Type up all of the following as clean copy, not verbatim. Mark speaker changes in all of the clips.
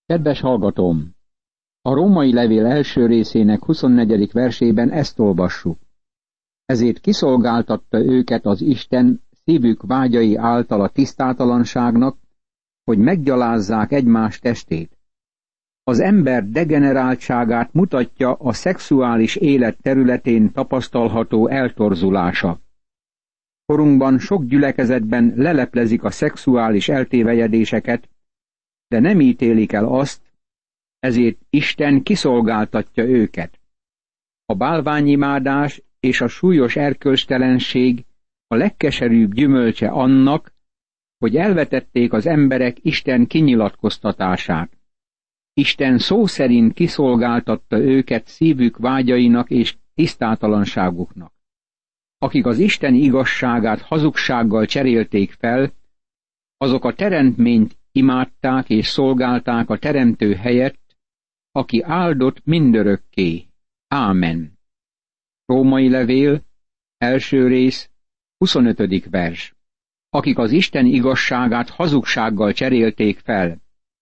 Speaker 1: Kedves hallgatóm! A római levél első részének 24. versében ezt olvassuk. Ezért kiszolgáltatta őket az Isten szívük vágyai által a tisztátalanságnak, hogy meggyalázzák egymás testét. Az ember degeneráltságát mutatja a szexuális élet területén tapasztalható eltorzulása. Korunkban sok gyülekezetben leleplezik a szexuális eltévejedéseket, de nem ítélik el azt, ezért Isten kiszolgáltatja őket. A bálványimádás és a súlyos erkölcstelenség a legkeserűbb gyümölcse annak, hogy elvetették az emberek Isten kinyilatkoztatását. Isten szó szerint kiszolgáltatta őket szívük vágyainak és tisztátalanságuknak. Akik az Isten igazságát hazugsággal cserélték fel, azok a teremtményt imádták és szolgálták a teremtő helyett, aki áldott mindörökké. Ámen. Római levél, első rész, 25. vers. Akik az Isten igazságát hazugsággal cserélték fel.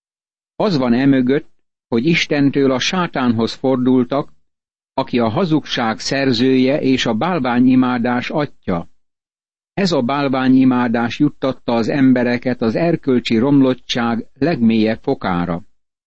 Speaker 1: Az van emögött, hogy Istentől a sátánhoz fordultak, aki a hazugság szerzője és a bálványimádás atya. Ez a bálványimádás juttatta az embereket az erkölcsi romlottság legmélyebb fokára.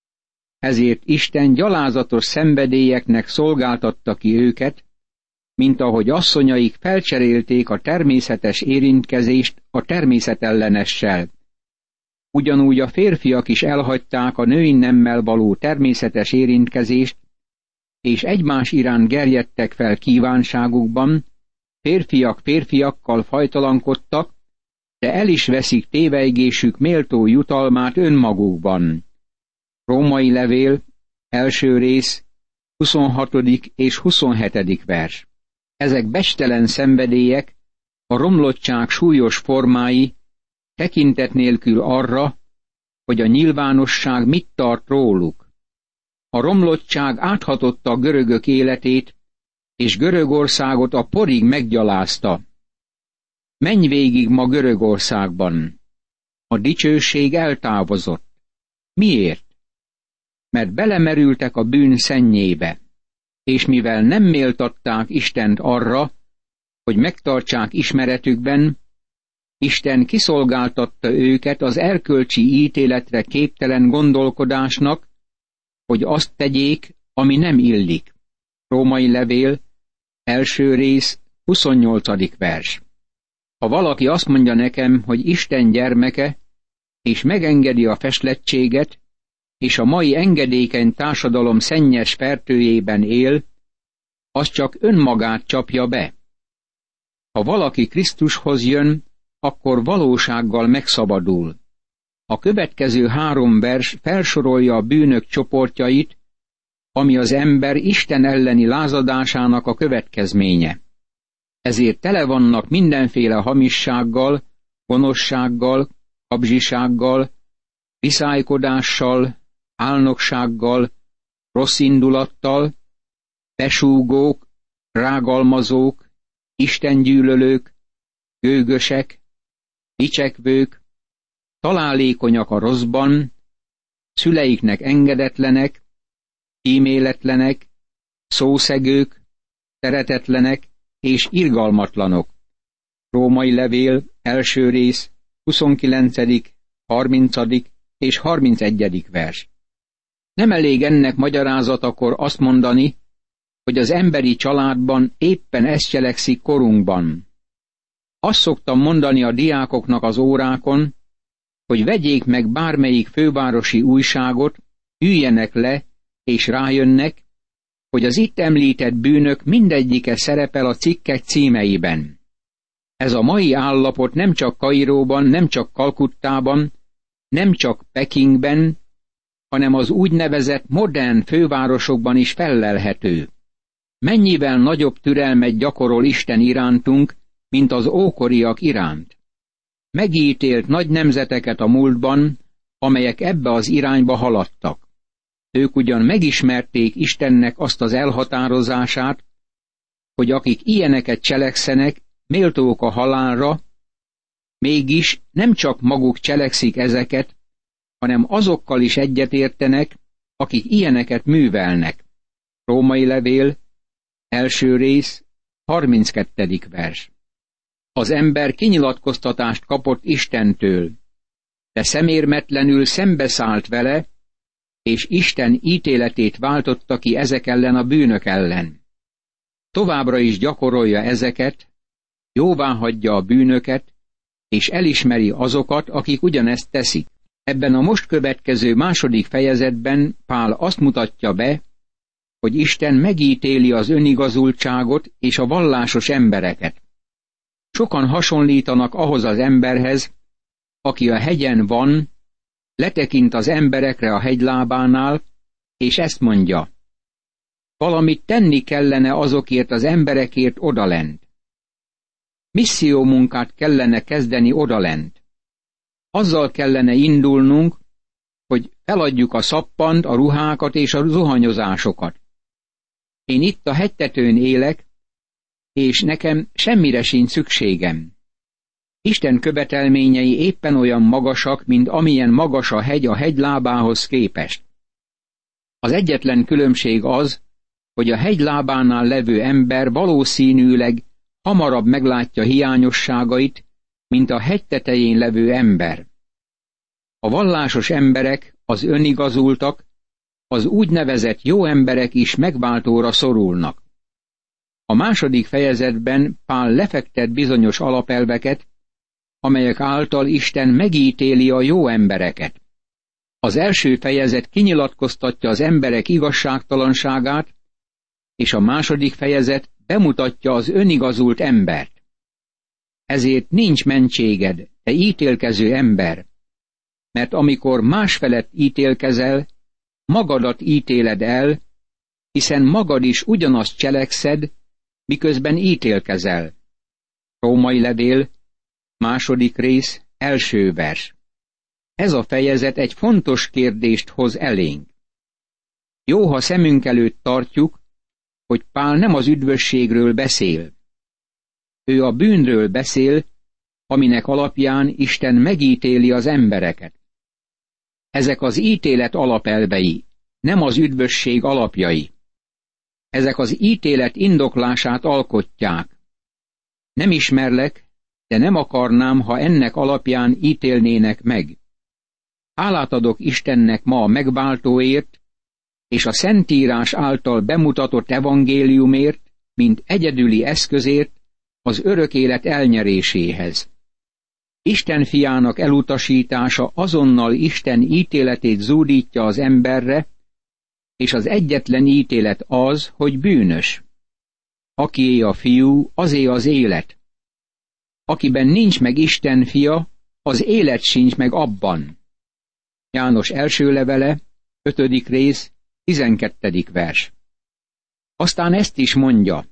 Speaker 1: Ezért Isten gyalázatos szenvedélyeknek szolgáltatta ki őket, mint ahogy asszonyaik felcserélték a természetes érintkezést a természetellenessel. Ugyanúgy a férfiak is elhagyták a női nemmel való természetes érintkezést, és egymás iránt gerjedtek fel kívánságukban, férfiak férfiakkal fajtalankodtak, de el is veszik tévejgésük méltó jutalmát önmagukban. Római levél, első rész, 26. és 27. vers. Ezek becstelen szenvedélyek, a romlottság súlyos formái, tekintet nélkül arra, hogy a nyilvánosság mit tart róluk. A romlottság áthatotta a görögök életét, és Görögországot a porig meggyalázta. Menj végig ma Görögországban. A dicsőség eltávozott. Miért? Mert belemerültek a bűn szennyébe, és mivel nem méltatták Istent arra, hogy megtartsák ismeretükben, Isten kiszolgáltatta őket az erkölcsi ítéletre képtelen gondolkodásnak, hogy azt tegyék, ami nem illik. Római levél, első rész, 28. vers. Ha valaki azt mondja nekem, hogy Isten gyermeke, és megengedi a feslettséget, és a mai engedékeny társadalom szennyes fertőjében él, az csak önmagát csapja be. Ha valaki Krisztushoz jön, akkor valósággal megszabadul. A következő 3 vers felsorolja a bűnök csoportjait, ami az ember Isten elleni lázadásának a következménye. Ezért tele vannak mindenféle hamissággal, gonoszsággal, kapzsisággal, viszálykodással, álnoksággal, rosszindulattal, besúgók, rágalmazók, istengyűlölők, gőgösek, dicsekvők, találékonyak a rosszban, szüleiknek engedetlenek, kíméletlenek, szószegők, szeretetlenek és irgalmatlanok. Római levél, első rész, 29., 30. és 31. vers. Nem elég ennek magyarázatakor azt mondani, hogy az emberi családban éppen ez cselekszik korunkban. Azt szoktam mondani a diákoknak az órákon, hogy vegyék meg bármelyik fővárosi újságot, üljenek le, és rájönnek, hogy az itt említett bűnök mindegyike szerepel a cikkek címeiben. Ez a mai állapot nem csak Kairóban, nem csak Kalkuttában, nem csak Pekingben, hanem az úgynevezett modern fővárosokban is fellelhető. Mennyivel nagyobb türelmet gyakorol Isten irántunk, mint az ókoriak iránt. Megítélt nagy nemzeteket a múltban, amelyek ebbe az irányba haladtak. Ők ugyan megismerték Istennek azt az elhatározását, hogy akik ilyeneket cselekszenek, méltók a halálra, mégis nem csak maguk cselekszik ezeket, hanem azokkal is egyetértenek, akik ilyeneket művelnek. Római levél, első rész, 32. vers. Az ember kinyilatkoztatást kapott Istentől, de szemérmetlenül szembeszállt vele, és Isten ítéletét váltotta ki ezek ellen a bűnök ellen. Továbbra is gyakorolja ezeket, jóváhagyja a bűnöket, és elismeri azokat, akik ugyanezt teszik. Ebben a most következő második fejezetben Pál azt mutatja be, hogy Isten megítéli az önigazultságot és a vallásos embereket. Sokan hasonlítanak ahhoz az emberhez, aki a hegyen van, letekint az emberekre a hegylábánál, és ezt mondja: valamit tenni kellene azokért az emberekért odalent. Missziómunkát kellene kezdeni odalent. Azzal kellene indulnunk, hogy feladjuk a szappant, a ruhákat és a zuhanyozásokat. Én itt a hegytetőn élek, és nekem semmire sincs szükségem. Isten követelményei éppen olyan magasak, mint amilyen magas a hegylábához képest. Az egyetlen különbség az, hogy a hegylábánál levő ember valószínűleg hamarabb meglátja hiányosságait, mint a hegy tetején levő ember. A vallásos emberek, az önigazultak, az úgynevezett jó emberek is megváltóra szorulnak. A második fejezetben Pál lefektet bizonyos alapelveket, amelyek által Isten megítéli a jó embereket. Az első fejezet kinyilatkoztatja az emberek igazságtalanságát, és a második fejezet bemutatja az önigazult embert. Ezért nincs mentséged, te ítélkező ember, mert amikor más felett ítélkezel, magadat ítéled el, hiszen magad is ugyanazt cselekszed, miközben ítélkezel. Római levél, második rész, első vers. Ez a fejezet egy fontos kérdést hoz elénk. Jó, ha szemünk előtt tartjuk, hogy Pál nem az üdvösségről beszél. Ő a bűnről beszél, aminek alapján Isten megítéli az embereket. Ezek az ítélet alapelvei, nem az üdvösség alapjai. Ezek az ítélet indoklását alkotják. Nem ismerlek, de nem akarnám, ha ennek alapján ítélnének meg. Hálát adok Istennek ma a megváltóért, és a Szentírás által bemutatott evangéliumért, mint egyedüli eszközért az örök élet elnyeréséhez. Isten fiának elutasítása azonnal Isten ítéletét zúdítja az emberre, és az egyetlen ítélet az, hogy bűnös. Akié a fiú, azé az élet. Akiben nincs meg Isten fia, az élet sincs meg abban. János első levele, 5. rész, 12. vers. Aztán ezt is mondja: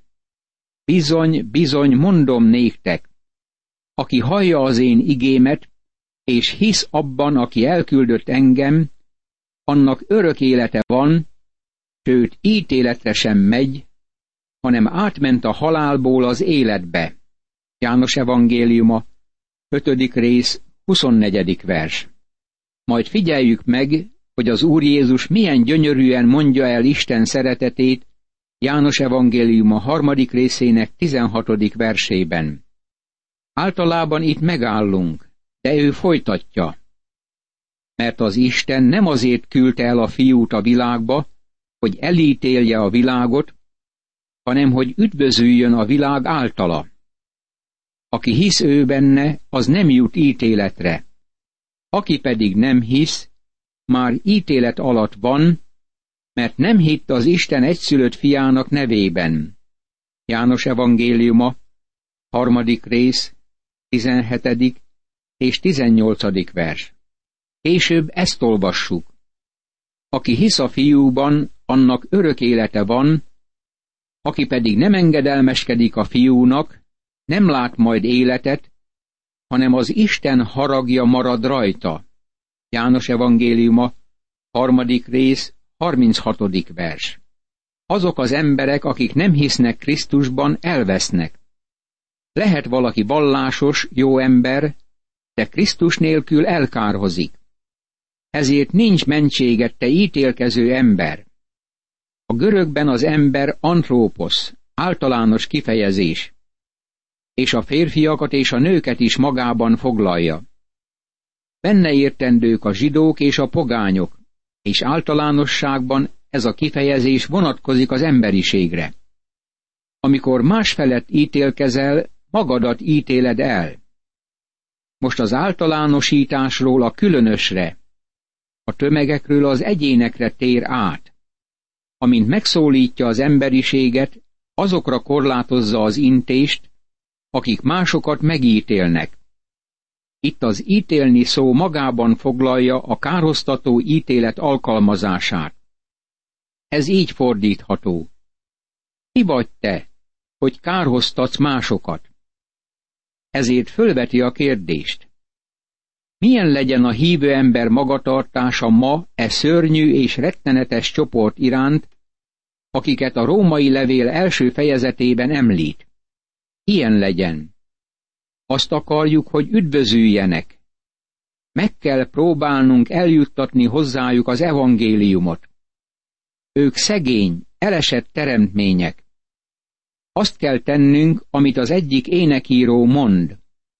Speaker 1: bizony, bizony, mondom néktek, aki hallja az én igémet, és hisz abban, aki elküldött engem, annak örök élete van, sőt, ítéletre sem megy, hanem átment a halálból az életbe. János evangéliuma, 5. rész, 24. vers. Majd figyeljük meg, hogy az Úr Jézus milyen gyönyörűen mondja el Isten szeretetét János evangéliuma 3. részének 16. versében. Általában itt megállunk, de ő folytatja. Mert az Isten nem azért küldte el a fiút a világba, hogy elítélje a világot, hanem hogy üdvözüljön a világ általa. Aki hisz ő benne, az nem jut ítéletre. Aki pedig nem hisz, már ítélet alatt van, mert nem hitt az Isten egyszülött fiának nevében. János evangéliuma, 3. rész, 17. és 18. vers. Később ezt olvassuk. Aki hisz a fiúban, annak örök élete van, aki pedig nem engedelmeskedik a fiúnak, nem lát majd életet, hanem az Isten haragja marad rajta. János evangéliuma, 3. rész, 36. vers. Azok az emberek, akik nem hisznek Krisztusban, elvesznek. Lehet valaki vallásos, jó ember, de Krisztus nélkül elkárhozik. Ezért nincs mentséget, te ítélkező ember. A görögben az ember antróposz, általános kifejezés, és a férfiakat és a nőket is magában foglalja. Benne értendők a zsidók és a pogányok, és általánosságban ez a kifejezés vonatkozik az emberiségre. Amikor más felett ítélkezel, magadat ítéled el. Most az általánosításról a különösre, a tömegekről az egyénekre tér át. Amint megszólítja az emberiséget, azokra korlátozza az intést, akik másokat megítélnek. Itt az ítélni szó magában foglalja a károsztató ítélet alkalmazását. Ez így fordítható. Ki vagy te, hogy kárhoztatsz másokat? Ezért fölveti a kérdést. Milyen legyen a hívő ember magatartása ma szörnyű és rettenetes csoport iránt, akiket a római levél első fejezetében említ? Ilyen legyen. Azt akarjuk, hogy üdvözüljenek. Meg kell próbálnunk eljuttatni hozzájuk az evangéliumot. Ők szegény, elesett teremtmények. Azt kell tennünk, amit az egyik énekíró mond.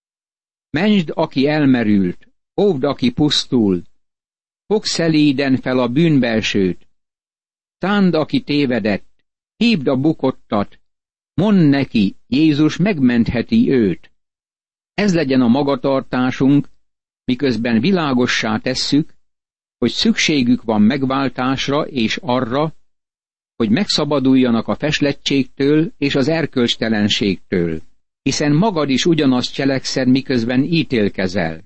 Speaker 1: Mentsd, aki elmerült, óvd, aki pusztul, fogd szelíden fel a bűnbelsőt, szánd, aki tévedett, hívd a bukottat, mondd neki, Jézus megmentheti őt. Ez legyen a magatartásunk, miközben világossá tesszük, hogy szükségük van megváltásra és arra, hogy megszabaduljanak a feslettségtől és az erkölcstelenségtől, hiszen magad is ugyanazt cselekszed, miközben ítélkezel.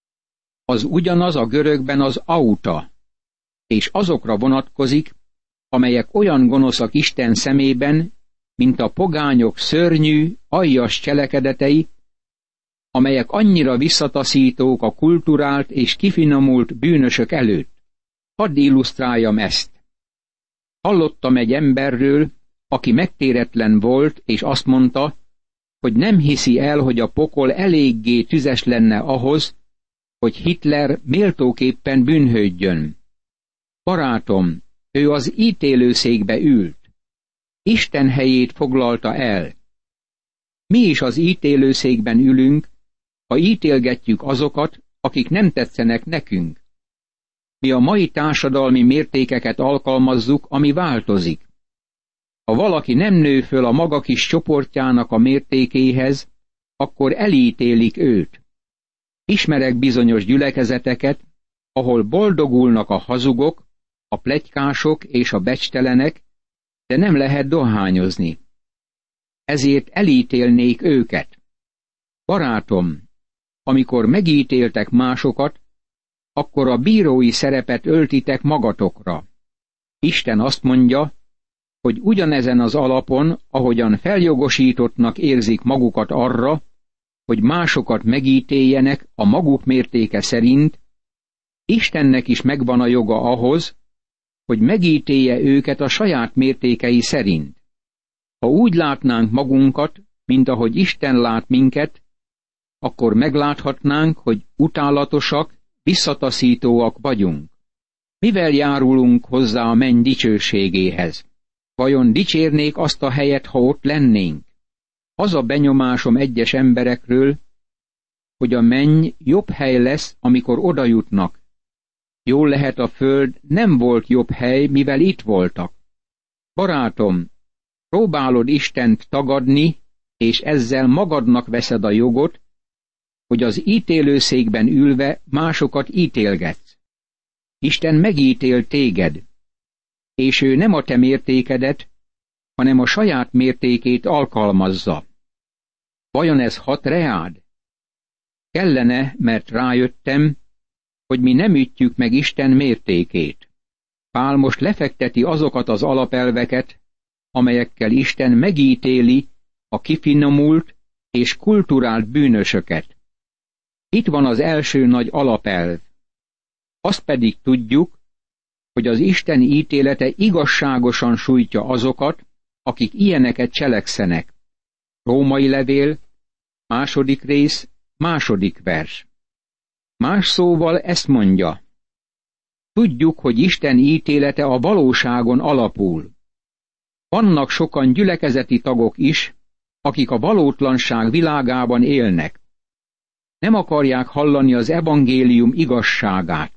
Speaker 1: Az ugyanaz a görögben az auta, és azokra vonatkozik, amelyek olyan gonoszak Isten szemében, mint a pogányok szörnyű, aljas cselekedetei, amelyek annyira visszataszítók a kulturált és kifinomult bűnösök előtt. Hadd illusztráljam ezt. Hallottam egy emberről, aki megtéretlen volt, és azt mondta, hogy nem hiszi el, hogy a pokol eléggé tüzes lenne ahhoz, hogy Hitler méltóképpen bűnhődjön. Barátom, ő az ítélőszékbe ült. Isten helyét foglalta el. Mi is az ítélőszékben ülünk, ha ítélgetjük azokat, akik nem tetszenek nekünk. Mi a mai társadalmi mértékeket alkalmazzuk, ami változik. Ha valaki nem nő föl a maga kis csoportjának a mértékéhez, akkor elítélik őt. Ismerek bizonyos gyülekezeteket, ahol boldogulnak a hazugok, a pletykások és a becstelenek, de nem lehet dohányozni. Ezért elítélnék őket. Barátom, amikor megítéltek másokat, akkor a bírói szerepet öltitek magatokra. Isten azt mondja, hogy ugyanezen az alapon, ahogyan feljogosítottnak érzik magukat arra, hogy másokat megítéljenek a maguk mértéke szerint, Istennek is megvan a joga ahhoz, hogy megítélje őket a saját mértékei szerint. Ha úgy látnánk magunkat, mint ahogy Isten lát minket, akkor megláthatnánk, hogy utálatosak, visszataszítóak vagyunk. Mivel járulunk hozzá a menny dicsőségéhez? Vajon dicsérnék azt a helyet, ha ott lennénk? Az a benyomásom egyes emberekről, hogy a menny jobb hely lesz, amikor oda jutnak. Jól lehet, a föld nem volt jobb hely, mivel itt voltak. Barátom, próbálod Istent tagadni, és ezzel magadnak veszed a jogot, hogy az ítélőszékben ülve másokat ítélgetsz. Isten megítél téged, és ő nem a te mértékedet, hanem a saját mértékét alkalmazza. Vajon ez hat reád? Kellene, mert rájöttem, hogy mi nem ütjük meg Isten mértékét. Pál most lefekteti azokat az alapelveket, amelyekkel Isten megítéli a kifinomult és kulturált bűnösöket. Itt van az első nagy alapelv. Azt pedig tudjuk, hogy az Isten ítélete igazságosan sújtja azokat, akik ilyeneket cselekszenek. Római levél, 2. rész, 2. vers. Más szóval ezt mondja: Tudjuk, hogy Isten ítélete a valóságon alapul. Vannak sokan gyülekezeti tagok is, akik a valótlanság világában élnek. Nem akarják hallani az evangélium igazságát.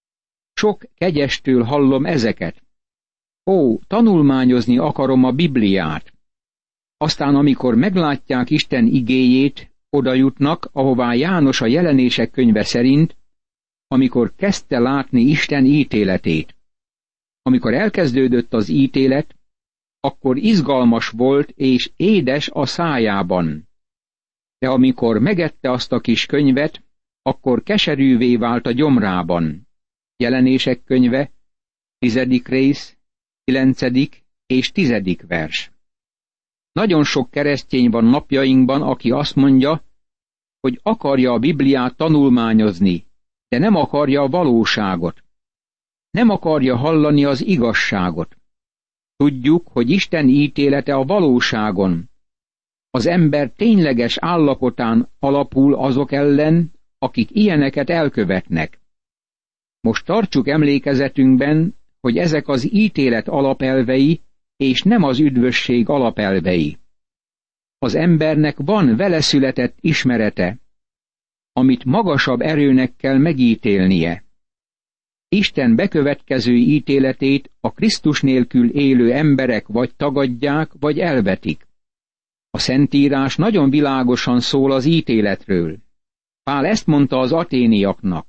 Speaker 1: Sok kegyestől hallom ezeket. Ó, tanulmányozni akarom a Bibliát. Aztán, amikor meglátják Isten igéjét, oda jutnak, ahová János a Jelenések könyve szerint, amikor kezdte látni Isten ítéletét. Amikor elkezdődött az ítélet, akkor izgalmas volt és édes a szájában. De amikor megette azt a kis könyvet, akkor keserűvé vált a gyomrában. Jelenések könyve, 10. rész, 9. és 10. vers. Nagyon sok keresztény van napjainkban, aki azt mondja, hogy akarja a Bibliát tanulmányozni, de nem akarja a valóságot. Nem akarja hallani az igazságot. Tudjuk, hogy Isten ítélete a valóságon. Az ember tényleges állapotán alapul azok ellen, akik ilyeneket elkövetnek. Most tartsuk emlékezetünkben, hogy ezek az ítélet alapelvei, és nem az üdvösség alapelvei. Az embernek van veleszületett ismerete, amit magasabb erőnek kell megítélnie. Isten bekövetkező ítéletét a Krisztus nélkül élő emberek vagy tagadják, vagy elvetik. A Szentírás nagyon világosan szól az ítéletről. Pál ezt mondta az aténiaknak.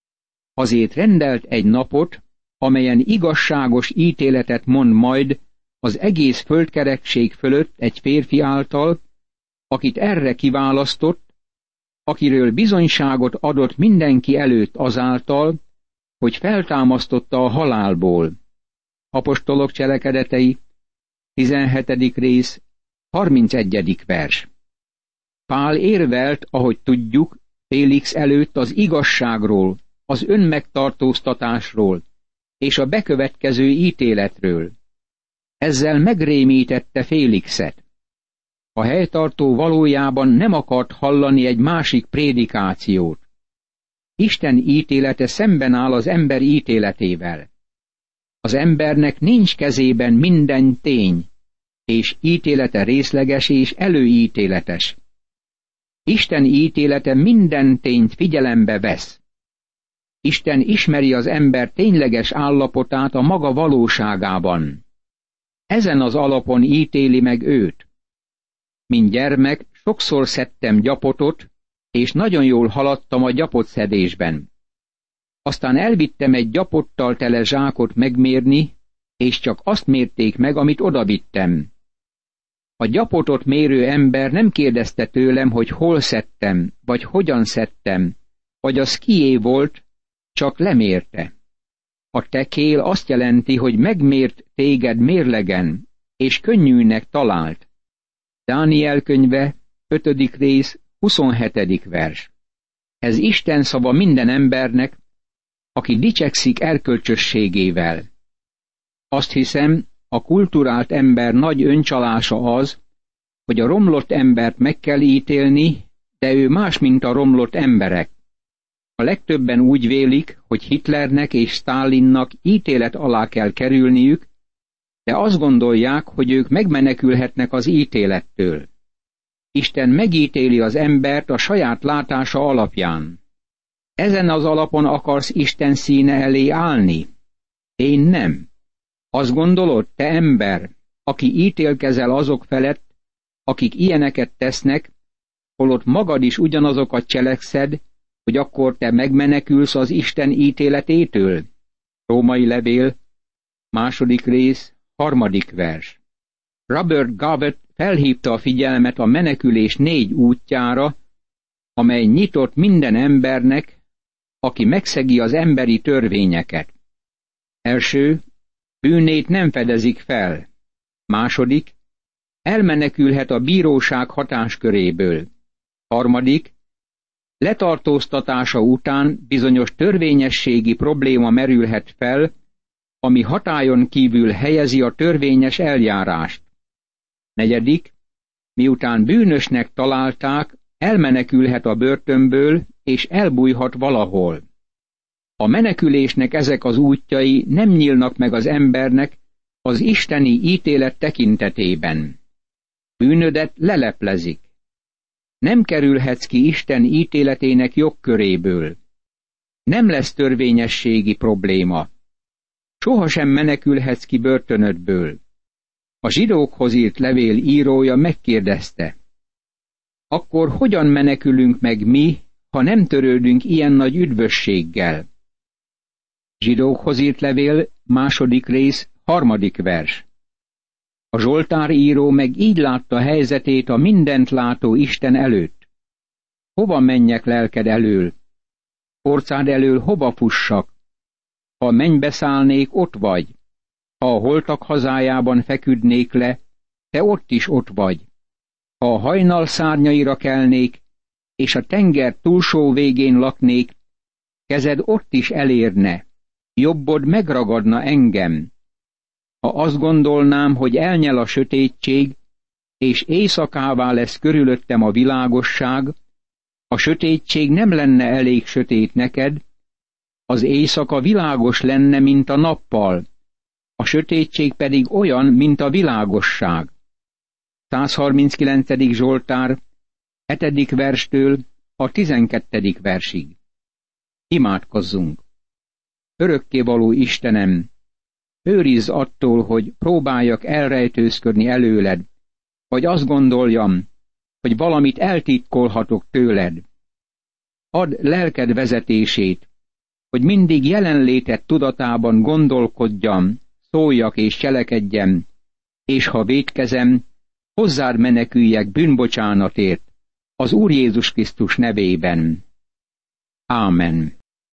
Speaker 1: Azért rendelt egy napot, amelyen igazságos ítéletet mond majd az egész földkerekség fölött egy férfi által, akit erre kiválasztott, akiről bizonyságot adott mindenki előtt azáltal, hogy feltámasztotta a halálból. Apostolok cselekedetei, 17. rész, 31. vers. Pál érvelt, ahogy tudjuk, Félix előtt az igazságról, az önmegtartóztatásról és a bekövetkező ítéletről. Ezzel megrémítette Félixet. A helytartó valójában nem akart hallani egy másik prédikációt. Isten ítélete szemben áll az ember ítéletével. Az embernek nincs kezében minden tény, és ítélete részleges és előítéletes. Isten ítélete minden tényt figyelembe vesz. Isten ismeri az ember tényleges állapotát a maga valóságában. Ezen az alapon ítéli meg őt. Mint gyermek sokszor szedtem gyapotot, és nagyon jól haladtam a gyapotszedésben. Aztán elvittem egy gyapottal tele zsákot megmérni, és csak azt mérték meg, amit odavittem. A gyapotot mérő ember nem kérdezte tőlem, hogy hol szedtem, vagy hogyan szedtem, vagy az kié volt, csak lemérte. A tekél azt jelenti, hogy megmért téged mérlegen, és könnyűnek talált. Dániel könyve, 5. rész, 27. vers. Ez Isten szava minden embernek, aki dicsekszik erkölcsösségével. Azt hiszem, a kulturált ember nagy öncsalása az, hogy a romlott embert meg kell ítélni, de ő más, mint a romlott emberek. A legtöbben úgy vélik, hogy Hitlernek és Sztálinnak ítélet alá kell kerülniük, de azt gondolják, hogy ők megmenekülhetnek az ítélettől. Isten megítéli az embert a saját látása alapján. Ezen az alapon akarsz Isten színe elé állni? Én nem. Azt gondolod, te ember, aki ítélkezel azok felett, akik ilyeneket tesznek, holott magad is ugyanazokat cselekszed, hogy akkor te megmenekülsz az Isten ítéletétől? Római levél, 2. rész, 3. vers. Robert Garvett felhívta a figyelmet a menekülés 4 útjára, amely nyitott minden embernek, aki megszegi az emberi törvényeket. Első, bűnét nem fedezik fel. Második, elmenekülhet a bíróság hatásköréből. Harmadik, letartóztatása után bizonyos törvényességi probléma merülhet fel, ami hatályon kívül helyezi a törvényes eljárást. Negyedik, miután bűnösnek találták, elmenekülhet a börtönből, és elbújhat valahol. A menekülésnek ezek az útjai nem nyílnak meg az embernek az isteni ítélet tekintetében. Bűnödet leleplezik. Nem kerülhetsz ki Isten ítéletének jogköréből. Nem lesz törvényességi probléma. Sohasem menekülhetsz ki börtönödből. A zsidókhoz írt levél írója megkérdezte: akkor hogyan menekülünk meg mi, ha nem törődünk ilyen nagy üdvösséggel? Zsidókhoz írt levél, 2. rész, 3. vers. A Zsoltár író meg így látta helyzetét a mindent látó Isten előtt. Hova menjek lelked elől? Orcád elől hova fussak? Ha a mennybe szállnék, ott vagy. Ha a holtak hazájában feküdnék le, te ott is ott vagy. Ha a hajnal szárnyaira kelnék, és a tenger túlsó végén laknék, kezed ott is elérne, jobbod megragadna engem. Ha azt gondolnám, hogy elnyel a sötétség, és éjszakává lesz körülöttem a világosság, a sötétség nem lenne elég sötét neked, az éjszaka világos lenne, mint a nappal, a sötétség pedig olyan, mint a világosság. 139. Zsoltár, 7. verstől a 12. versig. Imádkozzunk! Örökkévaló Istenem, őrizz attól, hogy próbáljak elrejtőzködni előled, vagy azt gondoljam, hogy valamit eltitkolhatok tőled. Add lelked vezetését, hogy mindig jelenléted tudatában gondolkodjam, szóljak és cselekedjem, és ha vétkezem, hozzád meneküljek bűnbocsánatért, az Úr Jézus Krisztus nevében. Ámen.